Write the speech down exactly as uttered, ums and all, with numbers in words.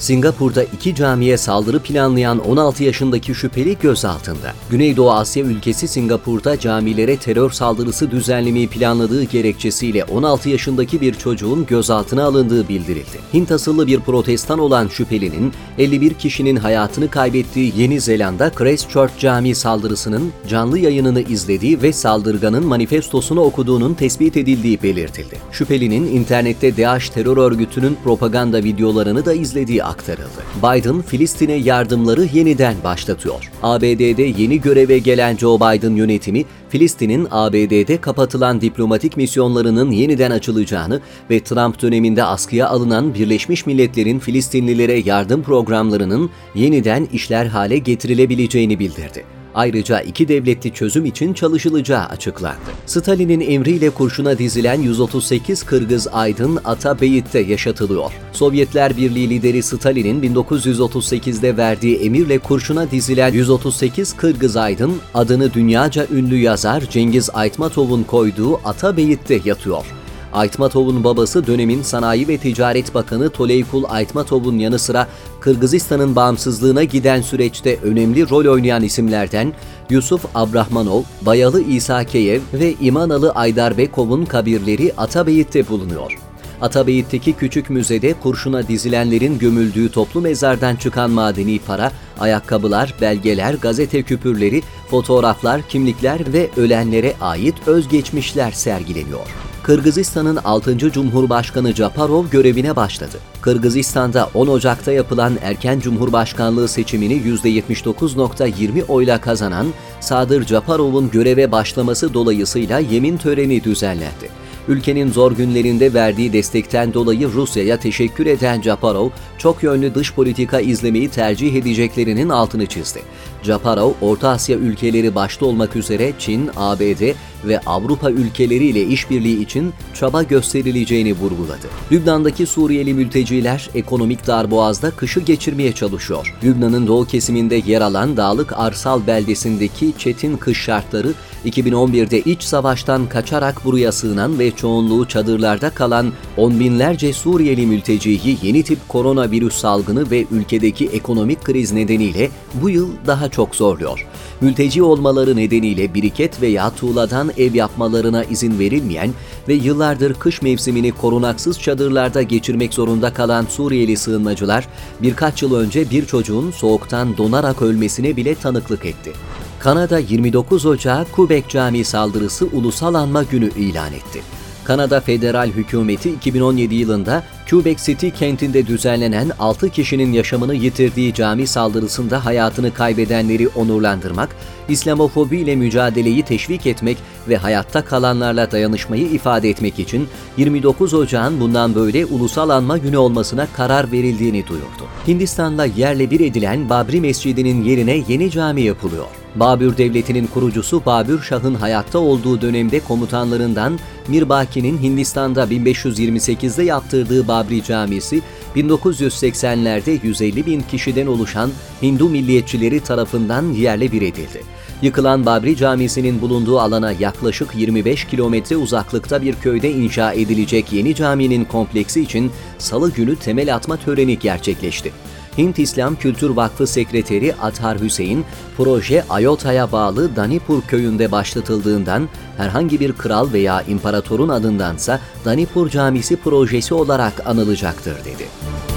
Singapur'da iki camiye saldırı planlayan on altı yaşındaki şüpheli gözaltında. Güneydoğu Asya ülkesi Singapur'da camilere terör saldırısı düzenlemeyi planladığı gerekçesiyle on altı yaşındaki bir çocuğun gözaltına alındığı bildirildi. Hint asıllı bir protestan olan şüphelinin elli bir kişinin hayatını kaybettiği Yeni Zelanda Christchurch Camii saldırısının canlı yayınını izlediği ve saldırganın manifestosunu okuduğunun tespit edildiği belirtildi. Şüphelinin internette DAEŞ terör örgütünün propaganda videolarını da izlediği aktarıldı. Biden, Filistin'e yardımları yeniden başlatıyor. A B D'de yeni göreve gelen Joe Biden yönetimi, Filistin'in A B D'de kapatılan diplomatik misyonlarının yeniden açılacağını ve Trump döneminde askıya alınan Birleşmiş Milletler'in Filistinlilere yardım programlarının yeniden işler hale getirilebileceğini bildirdi. Ayrıca iki devletli çözüm için çalışılacağı açıklandı. Stalin'in emriyle kurşuna dizilen yüz otuz sekiz Kırgız aydın Atabeyit'te yaşatılıyor. Sovyetler Birliği lideri Stalin'in bin dokuz yüz otuz sekizde verdiği emirle kurşuna dizilen yüz otuz sekiz Kırgız aydın adını dünyaca ünlü yazar Cengiz Aytmatov'un koyduğu Atabeyit'te yatıyor. Aytmatov'un babası dönemin Sanayi ve Ticaret Bakanı Toleykul Aytmatov'un yanı sıra Kırgızistan'ın bağımsızlığına giden süreçte önemli rol oynayan isimlerden Yusuf Abrahmanov, Bayalı İsakeyev ve İmanalı Aydarbekov'un kabirleri Atabeyit'te bulunuyor. Atabeyit'teki küçük müzede kurşuna dizilenlerin gömüldüğü toplu mezardan çıkan madeni para, ayakkabılar, belgeler, gazete küpürleri, fotoğraflar, kimlikler ve ölenlere ait özgeçmişler sergileniyor. Kırgızistan'ın altıncı Cumhurbaşkanı Japarov görevine başladı. Kırgızistan'da on Ocak'ta yapılan erken cumhurbaşkanlığı seçimini yüzde yetmiş dokuz virgül yirmi oyla kazanan Sadır Japarov'un göreve başlaması dolayısıyla yemin töreni düzenlendi. Ülkenin zor günlerinde verdiği destekten dolayı Rusya'ya teşekkür eden Japarov, çok yönlü dış politika izlemeyi tercih edeceklerinin altını çizdi. Japarov, Orta Asya ülkeleri başta olmak üzere Çin, A B D ve Avrupa ülkeleriyle işbirliği için çaba gösterileceğini vurguladı. Lübnan'daki Suriyeli mülteciler ekonomik darboğazda kışı geçirmeye çalışıyor. Lübnan'ın doğu kesiminde yer alan Dağlık Arsal beldesindeki çetin kış şartları, iki bin on birde iç savaştan kaçarak buraya sığınan ve çoğunluğu çadırlarda kalan on binlerce Suriyeli mülteciyi yeni tip koronavirüs salgını ve ülkedeki ekonomik kriz nedeniyle bu yıl daha çok zorluyor. Mülteci olmaları nedeniyle biriket veya tuğladan ev yapmalarına izin verilmeyen ve yıllardır kış mevsimini korunaksız çadırlarda geçirmek zorunda kalan Suriyeli sığınmacılar birkaç yıl önce bir çocuğun soğuktan donarak ölmesine bile tanıklık etti. Kanada yirmi dokuz Ocak Quebec Camii saldırısı ulusal anma günü ilan etti. Kanada Federal Hükümeti iki bin on yedi yılında Quebec City kentinde düzenlenen altı kişinin yaşamını yitirdiği cami saldırısında hayatını kaybedenleri onurlandırmak, İslamofobi ile mücadeleyi teşvik etmek ve hayatta kalanlarla dayanışmayı ifade etmek için yirmi dokuz Ocak'ın bundan böyle ulusal anma günü olmasına karar verildiğini duyurdu. Hindistan'da yerle bir edilen Babri Mescidi'nin yerine yeni cami yapılıyor. Babür Devleti'nin kurucusu Babür Şah'ın hayatta olduğu dönemde komutanlarından Mirbaki'nin Hindistan'da bin beş yüz yirmi sekizde yaptırdığı Babri Camisi, bin dokuz yüz seksenlerde yüz elli bin kişiden oluşan Hindu milliyetçileri tarafından yerle bir edildi. Yıkılan Babri Camisi'nin bulunduğu alana yaklaşık yirmi beş kilometre uzaklıkta bir köyde inşa edilecek yeni caminin kompleksi için Salı günü temel atma töreni gerçekleşti. Hint İslam Kültür Vakfı Sekreteri Athar Hüseyin, proje Ayodhya'ya bağlı Danipur köyünde başlatıldığından herhangi bir kral veya imparatorun adındansa Danipur Camisi projesi olarak anılacaktır dedi.